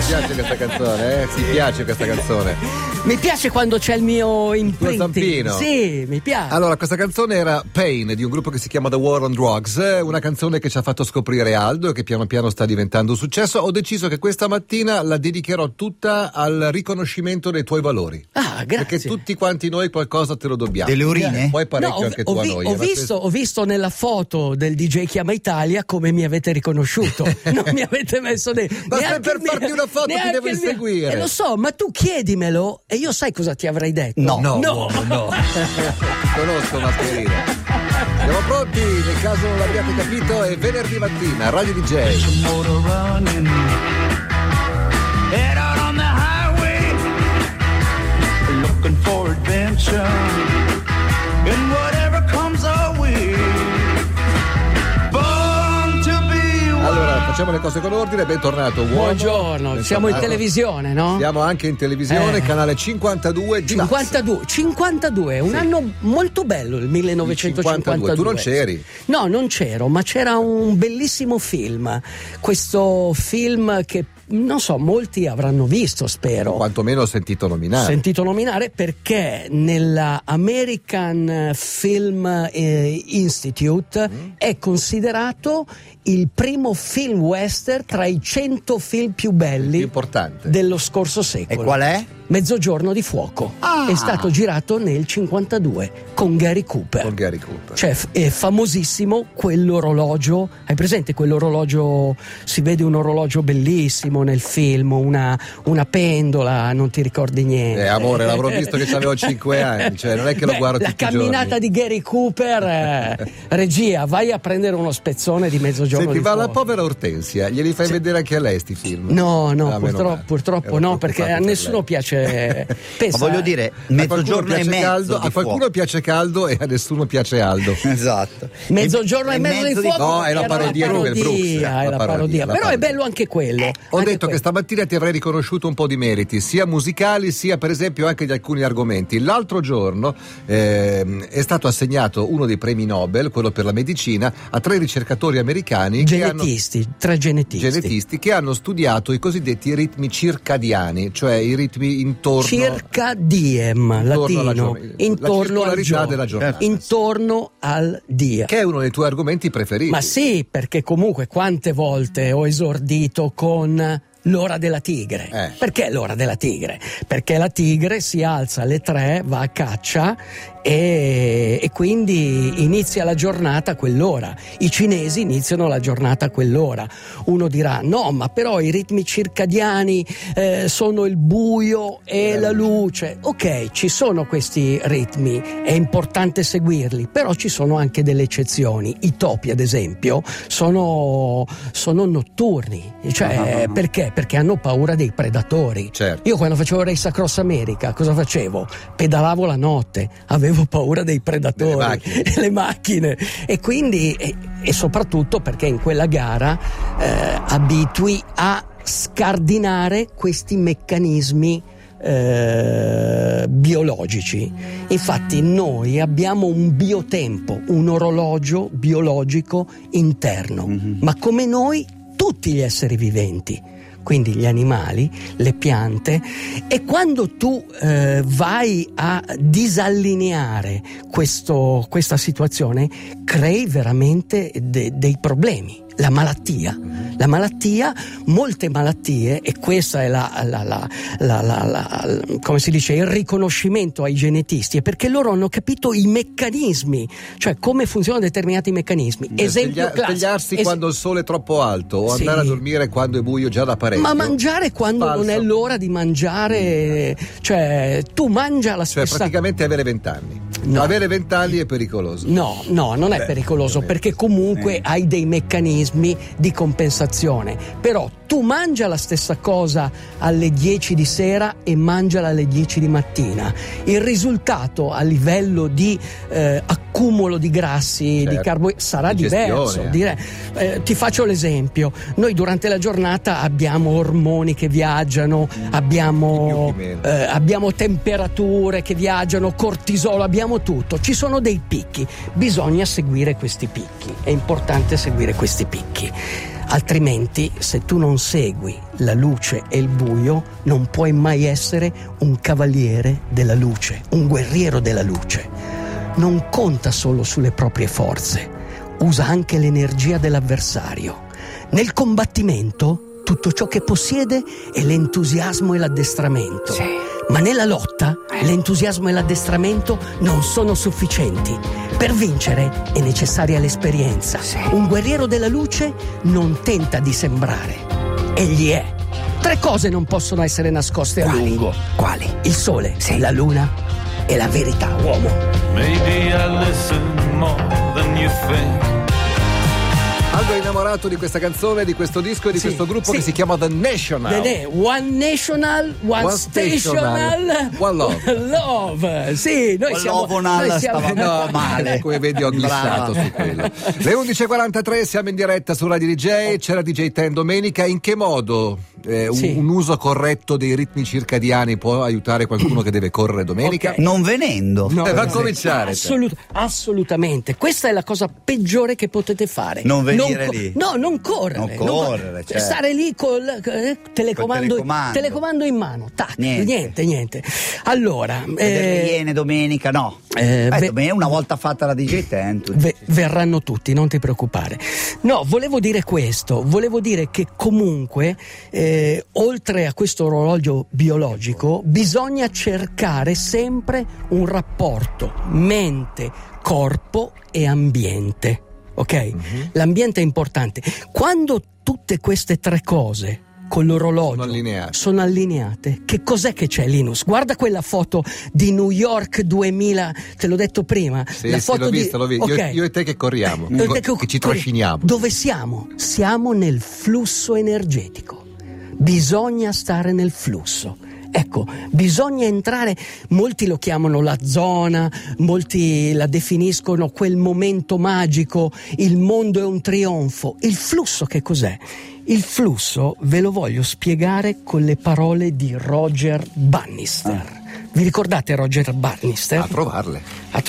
piace questa canzone, eh? Ti piace questa canzone? Mi piace quando c'è il mio imprinting. zampino. Sì, mi piace. Allora, questa canzone era Pain di un gruppo che si chiama The War on Drugs, una canzone che ci ha fatto scoprire Aldo e che piano piano sta diventando un successo. Ho deciso che questa mattina la dedicherò tutta al riconoscimento dei tuoi valori. Ah, grazie. Perché tutti quanti noi qualcosa te lo dobbiamo. Delle urine? Poi parecchio No, anche tu a noi. ho visto nella foto del DJ Chiama Italia come mi avete riconosciuto. Non mi avete messo Basta per farti una foto ti devo inseguire. Lo so, ma tu chiedimelo e io sai cosa ti avrei detto. No. Conosco Mascherino. Siamo pronti, nel caso non l'abbiate capito, è venerdì mattina, Radio DJ. Head out on the highway, looking for adventure, and whatever comes our way. Born to be wild. Allora, facciamo le cose con ordine, bentornato uomo. Buongiorno, siamo in televisione, no? Siamo anche in televisione, canale 52 di 52, un anno molto bello, il 1952. Tu non c'eri? No, non c'ero, ma c'era un bellissimo film. Questo film che non so, molti avranno visto, spero. Quantomeno ho sentito nominare. Perché nella American Film Institute è considerato il primo film western tra i 100 film più belli importante dello scorso secolo. E qual è? Mezzogiorno di fuoco. È stato girato nel 52 con Gary Cooper. Cioè è famosissimo quell'orologio. Hai presente quell'orologio? Si vede un orologio bellissimo nel film, una pendola, non ti ricordi niente. Amore, l'avrò visto che avevo 5 anni, cioè non è che lo guardo tutti i giorni. La camminata di Gary Cooper, regia, vai a prendere uno spezzone di Mezzogiorno di fuoco. La povera Ortensia, glieli fai vedere anche a lei sti film? No, purtroppo no, perché a nessuno piace. Ma voglio dire, Mezzogiorno e mezzo. A qualcuno piace caldo e a nessuno piace Aldo. Esatto. Mezzogiorno e mezzo di fuoco. No, è la parodia di Mel Brooks. È la parodia. Però è bello anche quello. Ho detto che stamattina ti avrei riconosciuto un po' di meriti, sia musicali sia per esempio anche di alcuni argomenti. L'altro giorno è stato assegnato uno dei premi Nobel, quello per la medicina, a 3 ricercatori americani, tre genetisti che hanno studiato i cosiddetti ritmi circadiani, cioè i ritmi intorno circadiem, latino, intorno al giorno, intorno al dia, che è uno dei tuoi argomenti preferiti. Ma sì, perché comunque quante volte ho esordito con l'ora della tigre. Perché l'ora della tigre? Perché la tigre si alza alle 3, va a caccia e quindi inizia la giornata a quell'ora. I cinesi iniziano la giornata a quell'ora. Uno dirà no, ma però i ritmi circadiani sono il buio e la luce. Ok, ci sono questi ritmi, è importante seguirli, però ci sono anche delle eccezioni. I topi ad esempio sono notturni, cioè perché? Perché hanno paura dei predatori. Certo. Io quando facevo Race Across America cosa facevo? Pedalavo la notte, avevo paura dei predatori, le macchine, e quindi e soprattutto perché in quella gara abitui a scardinare questi meccanismi biologici. Infatti noi abbiamo un biotempo, un orologio biologico interno, ma come noi tutti gli esseri viventi, quindi gli animali, le piante, e quando tu vai a disallineare questa situazione, crei veramente dei problemi. La malattia, molte malattie, e questa è come si dice, il riconoscimento ai genetisti, è perché loro hanno capito i meccanismi, cioè come funzionano determinati meccanismi. Esempio classico: svegliarsi quando il sole è troppo alto, o andare a dormire quando è buio già da parecchio. Ma mangiare quando non è l'ora di mangiare, cioè tu mangia la stessa. Cioè praticamente avere 20 anni. No. Avere 20 anni è pericoloso. No, non è pericoloso, perché comunque hai dei meccanismi di compensazione. Però tu mangia la stessa cosa alle 10 di sera e mangiala alle 10 di mattina. Il risultato a livello di accumulo di grassi, di carboidrati sarà diverso. Ti faccio l'esempio: noi durante la giornata abbiamo ormoni che viaggiano, abbiamo temperature che viaggiano, cortisolo, abbiamo tutto. Ci sono dei picchi, bisogna seguire questi picchi, è importante seguire questi picchi. Altrimenti, se tu non segui la luce e il buio, non puoi mai essere un cavaliere della luce, un guerriero della luce. Non conta solo sulle proprie forze, usa anche l'energia dell'avversario. Nel combattimento, tutto ciò che possiede è l'entusiasmo e l'addestramento. Sì. Ma nella lotta, l'entusiasmo e l'addestramento non sono sufficienti. Per vincere è necessaria l'esperienza. Sì. Un guerriero della luce non tenta di sembrare, egli è. 3 cose non possono essere nascoste a lungo. Quali? Il sole, la luna e la verità, uomo. Maybe I listen more than you think. Aldo è innamorato di questa canzone, di questo disco e di questo gruppo che si chiama The National. One National, One Stational, One Love. Sì, noi siamo male, come vedi ho glissato su quello. Le 11.43 siamo in diretta su Radio DJ, c'è la DJ Ten domenica. In che modo un uso corretto dei ritmi circadiani può aiutare qualcuno che deve correre domenica? Okay. Non venendo. Va a cominciare. Assolutamente. Questa è la cosa peggiore che potete fare. Non venire lì. No, non correre. Certo. Stare lì col telecomando in mano. Tac, niente. Allora, viene domenica, no. Domenica una volta fatta la DJ Ten. Verranno tutti, non ti preoccupare. No, volevo dire questo. Volevo dire che comunque oltre a questo orologio biologico bisogna cercare sempre un rapporto mente, corpo e ambiente. Ok? Mm-hmm. L'ambiente è importante. Quando tutte queste 3 cose con l'orologio sono allineate, che cos'è che c'è, Linus? Guarda quella foto di New York 2000, te l'ho detto prima. Sì, la foto l'ho vista. Okay. Io e te che corriamo, che ci trasciniamo. Dove siamo? Siamo nel flusso energetico. Bisogna stare nel flusso. Ecco, bisogna entrare, molti lo chiamano la zona, molti la definiscono quel momento magico, il mondo è un trionfo. Il flusso che cos'è? Il flusso ve lo voglio spiegare con le parole di Roger Bannister. Vi ricordate Roger Bannister? A trovarle.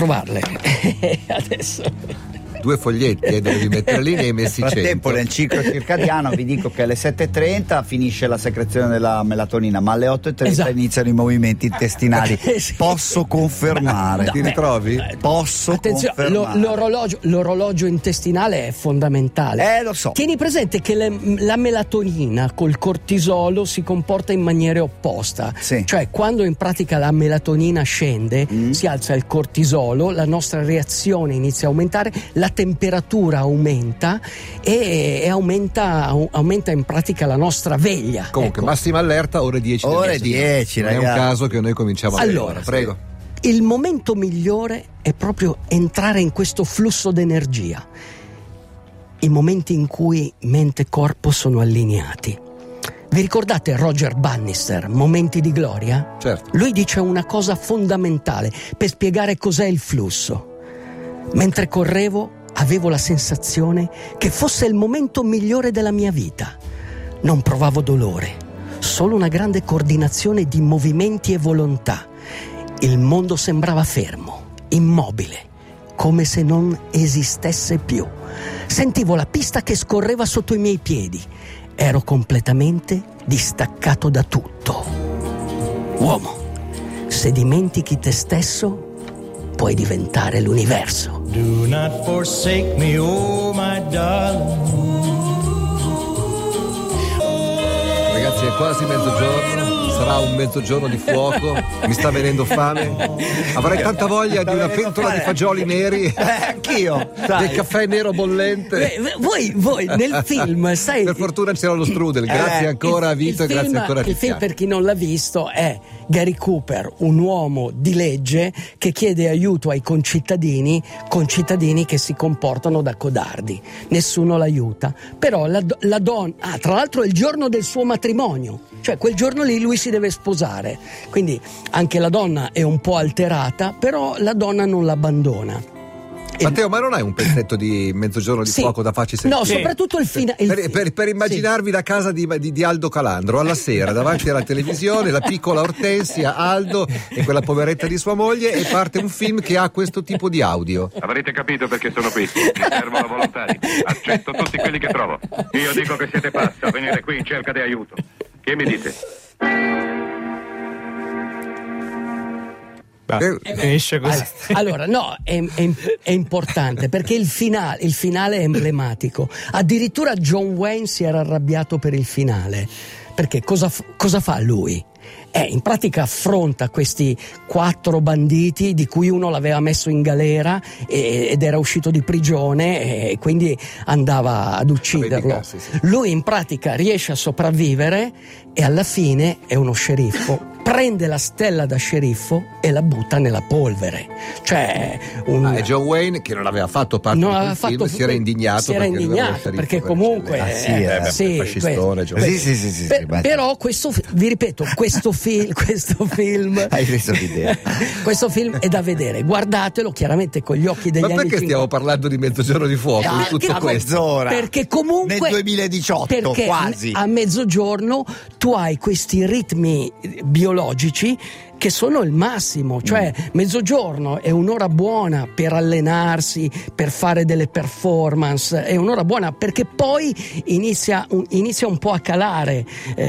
Adesso 2 foglietti devi mettere lì, ne hai messi 100. Nel frattempo nel ciclo circadiano vi dico che alle 7.30 finisce la secrezione della melatonina, ma alle 8.30 iniziano i movimenti intestinali. Posso confermare. Ti ritrovi? Posso confermare. L'orologio intestinale è fondamentale. Lo so. Tieni presente che la melatonina col cortisolo si comporta in maniera opposta. Sì. Cioè quando in pratica la melatonina scende, si alza il cortisolo, la nostra reazione inizia a aumentare, la temperatura aumenta e aumenta in pratica la nostra veglia. Comunque, massima allerta ore 10. Ore 10, ragazzi. Non è un caso che noi cominciamo allora. Prego. Il momento migliore è proprio entrare in questo flusso d'energia. I momenti in cui mente e corpo sono allineati. Vi ricordate Roger Bannister, Momenti di gloria? Certo. Lui dice una cosa fondamentale per spiegare cos'è il flusso. Mentre correvo avevo la sensazione che fosse il momento migliore della mia vita. Non provavo dolore, solo una grande coordinazione di movimenti e volontà. Il mondo sembrava fermo, immobile, come se non esistesse più. Sentivo la pista che scorreva sotto i miei piedi. Ero completamente distaccato da tutto. Uomo, se dimentichi te stesso, puoi diventare l'universo. Do not forsake me, oh my darling. Ragazzi, è quasi mezzogiorno, sarà un mezzogiorno di fuoco, mi sta venendo fame. Avrei tanta voglia di una pentola di fagioli neri. Anch'io. Del caffè nero bollente. Voi nel film, sai. Per fortuna c'era lo strudel, grazie ancora a Vito e grazie ancora a Tiziano. Il film, per chi non l'ha visto, è Gary Cooper, un uomo di legge che chiede aiuto ai concittadini che si comportano da codardi. Nessuno l'aiuta. Però la donna, tra l'altro è il giorno del suo matrimonio, cioè quel giorno lì lui si deve sposare. Quindi anche la donna è un po' alterata, però la donna non l'abbandona. Matteo, ma non hai un pezzetto di Mezzogiorno di Fuoco da farci sentire? No, soprattutto il finale. Per immaginarvi la casa di Aldo Calandro alla sera davanti alla televisione, la piccola Ortensia, Aldo e quella poveretta di sua moglie, e parte un film che ha questo tipo di audio. Avrete capito perché sono qui? Mi servono volontari. Accetto tutti quelli che trovo. Io dico che siete pazzi a venire qui in cerca di aiuto. Che mi dite? Finisce così. Allora, no, è importante perché il finale è emblematico. Addirittura John Wayne si era arrabbiato per il finale. Perché cosa fa lui? In pratica affronta questi 4 banditi di cui uno l'aveva messo in galera ed era uscito di prigione e quindi andava ad ucciderlo. Lui in pratica riesce a sopravvivere e alla fine è uno sceriffo. Prende la stella da sceriffo e la butta nella polvere. Cioè e John Wayne, che non aveva fatto parte del film, si era indignato perché comunque fascistone. Però questo, vi ripeto, questo film hai reso l'idea. Questo film è da vedere, guardatelo chiaramente con gli occhi degli anni 50. Ma perché stiamo parlando di Mezzogiorno di Fuoco, di tutto questo? Perché comunque nel 2018 quasi a mezzogiorno tu hai questi ritmi biologici che sono il massimo, cioè mezzogiorno è un'ora buona per allenarsi, per fare delle performance, è un'ora buona perché poi inizia un po' a calare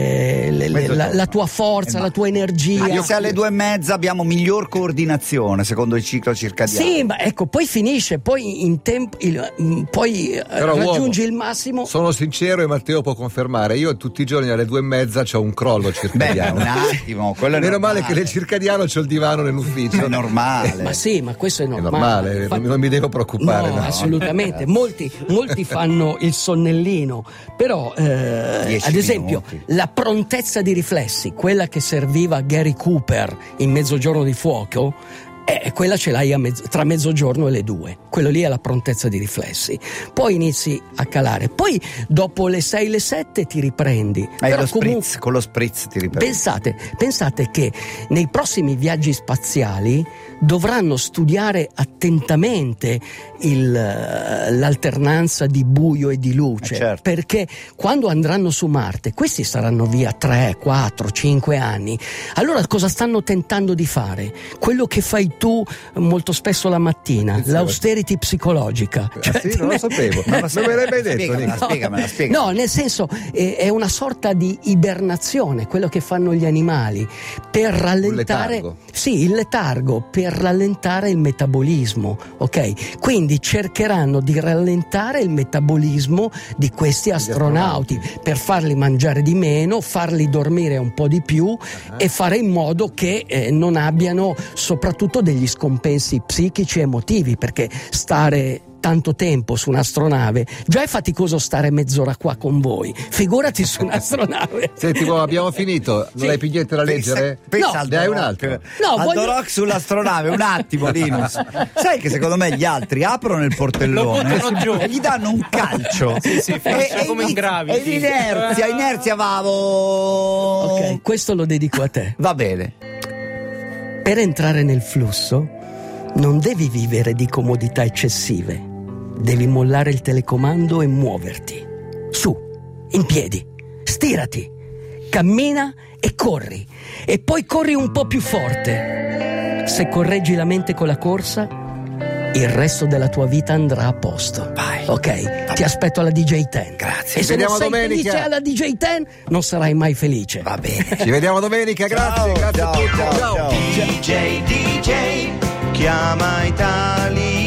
la tua forza, la tua energia. Anche se alle 2:30 abbiamo miglior coordinazione secondo il ciclo circadiano. Sì, ma ecco, poi finisce, poi in tempo raggiungi il massimo. Sono sincero e Matteo può confermare, io tutti i giorni alle 2:30 c'ho un crollo circadiano. Un attimo, quello è meno normale. male che le circadiano c'ho il divano nell'ufficio. È normale. Ma sì, ma questo è normale. Non mi devo preoccupare. No, assolutamente. Molti fanno il sonnellino, però ad esempio la prontezza di riflessi, quella che serviva a Gary Cooper in Mezzogiorno di Fuoco, quella ce l'hai tra mezzogiorno e le 2. Quello lì è la prontezza di riflessi. Poi inizi a calare. Poi dopo le 6, le 7 ti riprendi. Con lo spritz ti riprendi. Pensate che nei prossimi viaggi spaziali dovranno studiare attentamente l'alternanza di buio e di luce, certo. Perché quando andranno su Marte, questi saranno via 3, 4, 5 anni. Allora cosa stanno tentando di fare? Quello che fai tu molto spesso la mattina, l'austerity psicologica. Sì, non lo sapevo. Non me l'hai mai detto. Spiegamela. No, nel senso è una sorta di ibernazione, quello che fanno gli animali per rallentare il letargo, per rallentare il metabolismo, ok? Quindi cercheranno di rallentare il metabolismo di questi astronauti per farli mangiare di meno, farli dormire un po' di più e fare in modo che non abbiano soprattutto degli scompensi psichici e emotivi, perché stare tanto tempo su un'astronave già è faticoso, stare mezz'ora qua con voi, figurati su un'astronave. Senti, abbiamo finito, non hai più niente da leggere? Pensa ne hai un altro? Aldo Rock sull'astronave, un attimo Linus. Sai che secondo me gli altri aprono il portellone e gli danno un calcio. Sì, come in Gravity. E inerzia vavo. Ok, questo lo dedico a te. Va bene. Per entrare nel flusso non devi vivere di comodità eccessive, devi mollare il telecomando e muoverti. Su, in piedi, stirati, cammina e corri. E poi corri un po' più forte. Se correggi la mente con la corsa, il resto della tua vita andrà a posto. Vai. Ok? Ti aspetto alla DJ10. Grazie. E se non sei felice alla DJ10, non sarai mai felice. Va bene. Ci vediamo domenica, grazie. Ciao. DJ, chiama Italia.